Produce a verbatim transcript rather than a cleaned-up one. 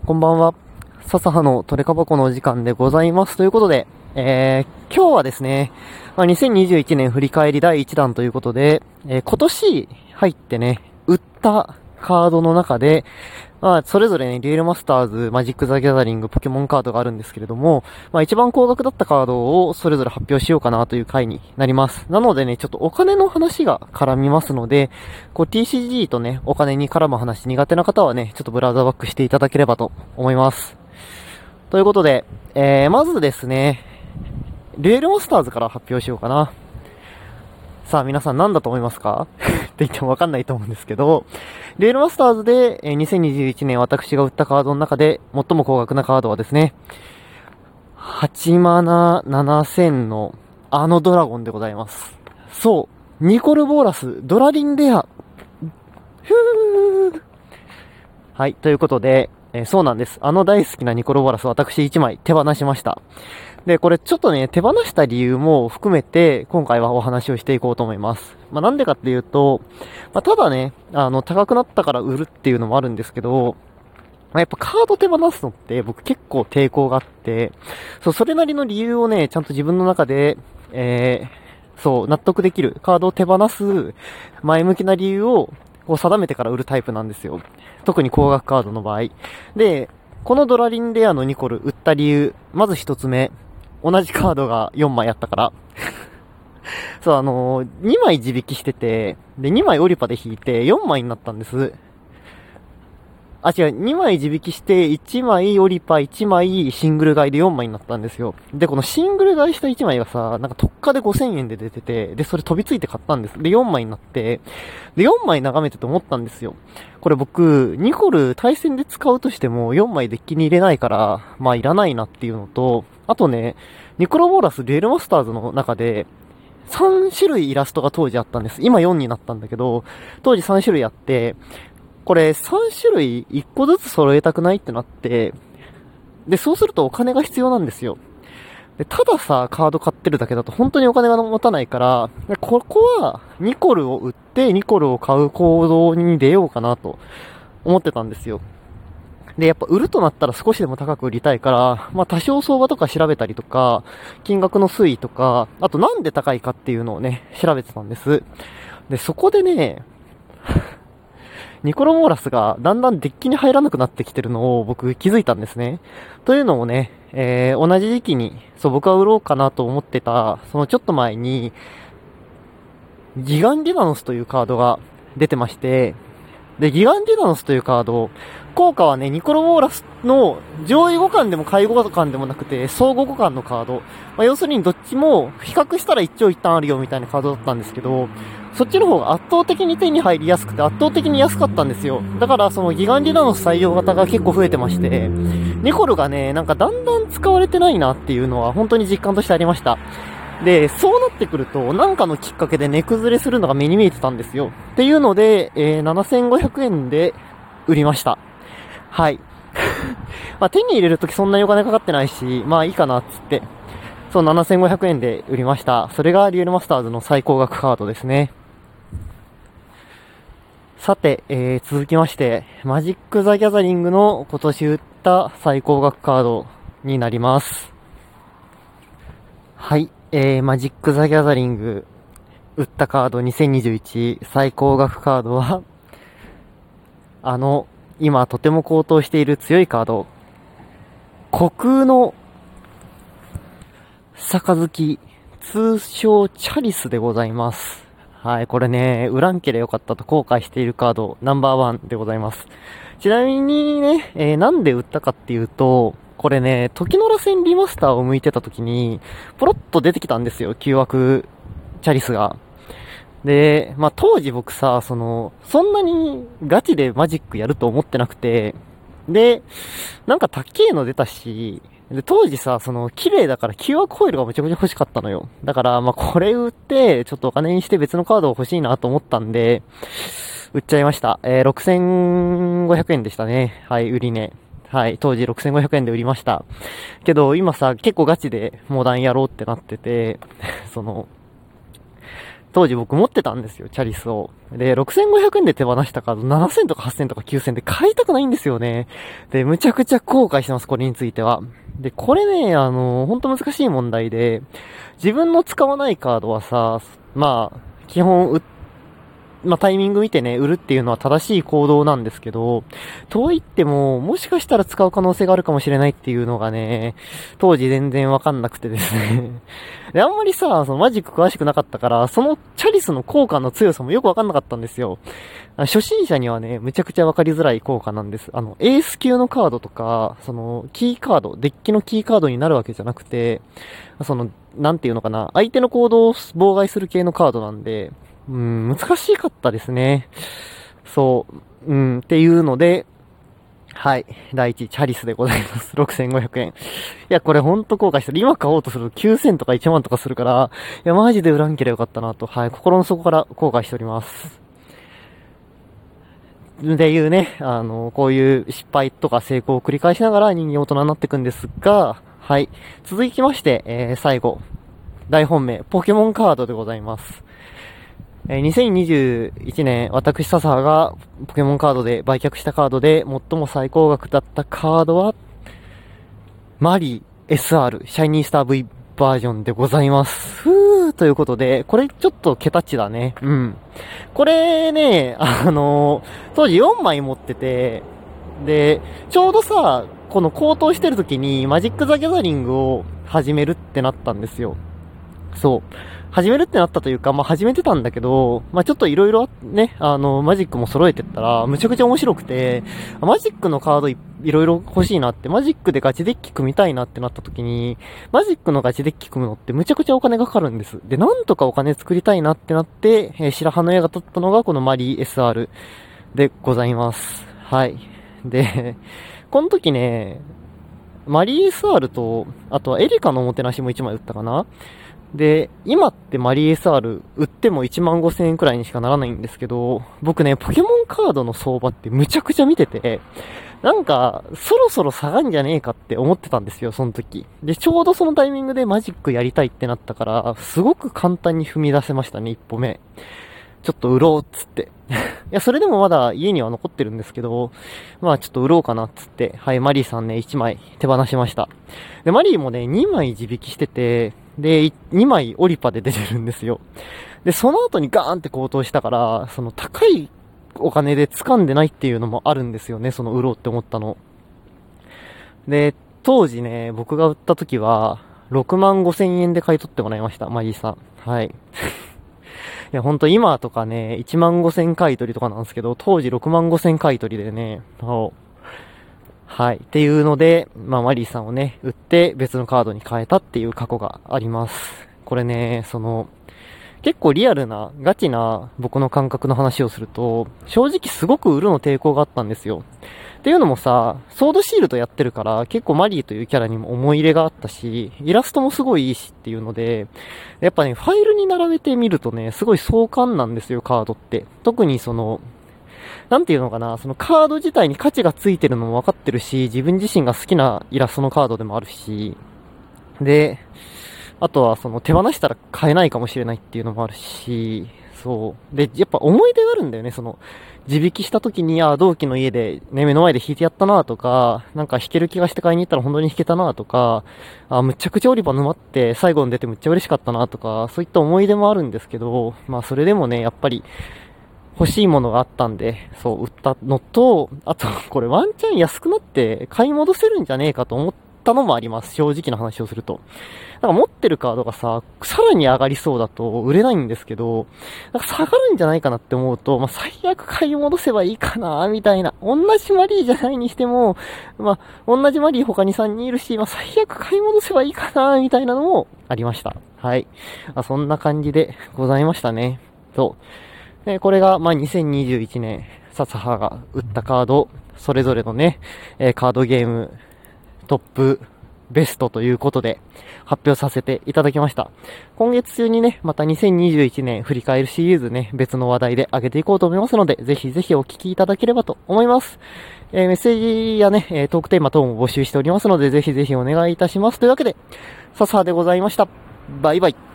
こんばんは。笹葉のトレカ箱のお時間でございますということで、えー、今日はですね、まあ、にせんにじゅういちねん振り返りだいいちだんということで、えー、今年入ってね、売ったカードの中で、まあ、それぞれね、デュエルマスターズ、マジック・ザ・ギャザリング、ポケモンカードがあるんですけれども、まあ一番高額だったカードをそれぞれ発表しようかなという回になります。なのでね、ちょっとお金の話が絡みますので、こう ティーシージー とね、お金に絡む話苦手な方はね、ちょっとブラウザバックしていただければと思います。ということで、えー、まずですね、デュエルマスターズから発表しようかな。さあ皆さん何だと思いますかって言ってもわかんないと思うんですけど、デュエルマスターズで、えー、にせんにじゅういちねん私が売ったカードの中で最も高額なカードはですね、はちマナななせんのあのドラゴンでございます。そう、ニコル・ボーラス、ドラリンレア。ふー。はい、ということで、えー、そうなんです。あの大好きなニコル・ボーラス私いちまい手放しました。で、これちょっとね、手放した理由も含めて、今回はお話をしていこうと思います。まあ、なんでかっていうと、まあ、ただね、あの、高くなったから売るっていうのもあるんですけど、まあ、やっぱカード手放すのって僕結構抵抗があって、そう、それなりの理由をね、ちゃんと自分の中で、えー、そう、納得できる。カードを手放す前向きな理由をこう定めてから売るタイプなんですよ。特に高額カードの場合。で、このドラリンレアのニコル売った理由、まず一つ目。同じカードがよんまいあったから。そう、あのー、にまい自引きしてて、で、にまいオリパで引いてよんまいになったんです。あ、違う、にまい自引きしていちまいオリパ、いちまいシングル買いでよんまいになったんですよ。で、このシングル買いしたいちまいがさ、なんか特価でごせんえんで出てて、で、それ飛びついて買ったんです。で、よんまいになって、で、よんまい眺めてて思ったんですよ。これ僕、ニコル対戦で使うとしてもよんまいデッキに入れないから、まあいらないなっていうのと、あとね、ニコロボーラスデュエルマスターズの中で、さんしゅるいイラストが当時あったんです。今よんになったんだけど、当時さんしゅるいあって、これさんしゅるいいっこずつ揃えたくないってなって、で、そうするとお金が必要なんですよ。で、たださ、カード買ってるだけだと本当にお金が持たないから、ここはニコルを売ってニコルを買う行動に出ようかなと思ってたんですよ。で、やっぱ売るとなったら少しでも高く売りたいから、まあ多少相場とか調べたりとか、金額の推移とか、あとなんで高いかっていうのをね、調べてたんです。で、そこでね、ニコロモーラスがだんだんデッキに入らなくなってきてるのを僕気づいたんですね。というのもね、えー、同じ時期に、そう僕は売ろうかなと思ってた、そのちょっと前に、ギガンディナノスというカードが出てまして、で、ギガンディナノスというカード、効果はね、ニコロモーラスの上位互換でも下位互換でもなくて、相互互換のカード。まあ、要するにどっちも比較したら一長一短あるよみたいなカードだったんですけど、そっちの方が圧倒的に手に入りやすくて圧倒的に安かったんですよ。だからそのギガンディナノス採用型が結構増えてまして、ニコルがね、なんかだんだん使われてないなっていうのは本当に実感としてありました。で、そうなってくると、なんかのきっかけで値崩れするのが目に見えてたんですよ。っていうので、えー、ななせんごひゃくえんで売りました。はい。まあ手に入れるときそんなにお金かかってないし、まあいいかなっつって、そうななせんごひゃくえんで売りました。それがデュエルマスターズの最高額カードですね。さて、えー、続きまして、マジック・ザ・ギャザリングの今年売った最高額カードになります。はい。えー、マジック・ザ・ギャザリング、売ったカードにせんにじゅういち最高額カードは、あの、今とても高騰している強いカード、虚空の杯、通称チャリスでございます。はい、これね、売らんければよかったと後悔しているカード、ナンバーワンでございます。ちなみにね、えー、なんで売ったかっていうと、これね、時の螺旋リマスターを向いてた時に、ポロッと出てきたんですよ、旧枠チャリスが。で、まあ、当時僕さ、その、そんなにガチでマジックやると思ってなくて、で、なんか高えの出たし、で、当時さ、その、綺麗だから旧枠ホイールがめちゃくちゃ欲しかったのよ。だから、まあ、これ売って、ちょっとお金にして別のカードを欲しいなと思ったんで、売っちゃいました。えー、ろくせんごひゃくえんでしたね。はい、売り値。はい、当時ろくせんごひゃくえんで売りました。けど、今さ、結構ガチでモダンやろうってなってて、その、 当時僕持ってたんですよ、チャリスを。で、ろくせんごひゃくえんで手放したカードななせんとかはっせんとかきゅうせんで買いたくないんですよね。で、むちゃくちゃ後悔してます、これについては。で、これね、あの、ほんと難しい問題で、自分の使わないカードはさ、まあ、基本売っまあ、タイミング見てね、売るっていうのは正しい行動なんですけど、とはいっても、もしかしたら使う可能性があるかもしれないっていうのがね、当時全然わかんなくてですね。で、あんまりさ、そのマジック詳しくなかったから、そのチャリスの効果の強さもよくわかんなかったんですよ。初心者にはね、むちゃくちゃわかりづらい効果なんです。あの、エース級のカードとか、その、キーカード、デッキのキーカードになるわけじゃなくて、その、なんていうのかな、相手の行動を妨害する系のカードなんで、うん、難しかったですね。そう、うん、っていうので、はい。第一、チャリスでございます。ろくせんごひゃくえん。いや、これほんと後悔してる。今買おうとするときゅうせんとかいちまんとかするから、いや、マジで売らんければよかったなと、はい。心の底から後悔しております。っていうね、あの、こういう失敗とか成功を繰り返しながら人間大人になっていくんですが、はい。続きまして、えー、最後。大本命、ポケモンカードでございます。えー、にせんにじゅういちねん、私、笹葉がポケモンカードで売却したカードで最も最高額だったカードは、マリー エスアール シャイニースター V バージョンでございます。ふーということで、これちょっと桁値だね。うん。これね、あのー、当時よんまい持ってて、で、ちょうどさ、この高騰してる時にマジック・ザ・ギャザリングを始めるってなったんですよ。そう。始めるってなったというか、まあ、始めてたんだけど、まあ、ちょっといろいろね、あの、マジックも揃えてったら、むちゃくちゃ面白くて、マジックのカードいろいろ欲しいなって、マジックでガチデッキ組みたいなってなった時に、マジックのガチデッキ組むのってむちゃくちゃお金がかかるんです。で、なんとかお金作りたいなってなって、えー、白羽の矢が立ったのがこのマリー エスアール でございます。はい。で、この時ね、マリー エスアール と、あとはエリカのおもてなしもいちまい売ったかな。で、今ってマリー エスアール 売ってもいちまんごせんえんくらいにしかならないんですけど、僕ね、ポケモンカードの相場ってむちゃくちゃ見てて、なんか、そろそろ下がんじゃねえかって思ってたんですよ、その時。で、ちょうどそのタイミングでマジックやりたいってなったから、すごく簡単に踏み出せましたね、一歩目。ちょっと売ろうっつって。いや、それでもまだ家には残ってるんですけど、まあちょっと売ろうかなっつって、はい、マリーさんね、いちまい手放しました。で、マリーもね、にまい地引きしてて、で、にまいオリパで出てるんですよ。で、その後にガーンって高騰したから、その高いお金で掴んでないっていうのもあるんですよね、その売ろうって思ったの。で、当時ね、僕が売った時は、ろくまんごせんえんで買い取ってもらいました、マリーさん。はい。いや、ほんと今とかね、いちまんごせん買い取りとかなんですけど、当時ろくまんごせん買い取りでね、はい。っていうので、まあ、マリーさんをね、売って別のカードに変えたっていう過去があります。これね、その、結構リアルな、ガチな僕の感覚の話をすると、正直すごく売るの抵抗があったんですよ。っていうのもさ、ソードシールドやってるから、結構マリーというキャラにも思い入れがあったし、イラストもすごいいいしっていうので、やっぱね、ファイルに並べてみるとね、すごい壮観なんですよ、カードって。特にその、なんていうのかな、そのカード自体に価値がついてるのも分かってるし、自分自身が好きなイラストのカードでもあるし、で、あとはその手放したら買えないかもしれないっていうのもあるし、そう。で、やっぱ思い出があるんだよね、その、地引きした時に、あ、同期の家で、ね、目の前で弾いてやったなとか、なんか弾ける気がして買いに行ったら本当に弾けたなとか、あ、むちゃくちゃオリバ沼って最後に出てむっちゃ嬉しかったなとか、そういった思い出もあるんですけど、まあそれでもね、やっぱり、欲しいものがあったんで、そう、売ったのと、あと、これワンチャン安くなって買い戻せるんじゃねえかと思ったのもあります。正直な話をすると。なんか持ってるカードがさ、さらに上がりそうだと売れないんですけど、なんか下がるんじゃないかなって思うと、まあ、最悪買い戻せばいいかな、みたいな。同じマリーじゃないにしても、まあ、同じマリー他にさんにんいるし、まあ、最悪買い戻せばいいかな、みたいなのもありました。はい。あ、そんな感じでございましたね。そう。で、これが、まあ、にせんにじゅういちねん、笹葉が売ったカード、それぞれのね、えー、カードゲーム、トップ、ベストということで発表させていただきました。今月中にね、またにせんにじゅういちねん振り返るシリーズね、別の話題で上げていこうと思いますので、ぜひぜひお聞きいただければと思います。えー、メッセージやね、トークテーマ等も募集しておりますので、ぜひぜひお願いいたします。というわけで、笹葉でございました。バイバイ。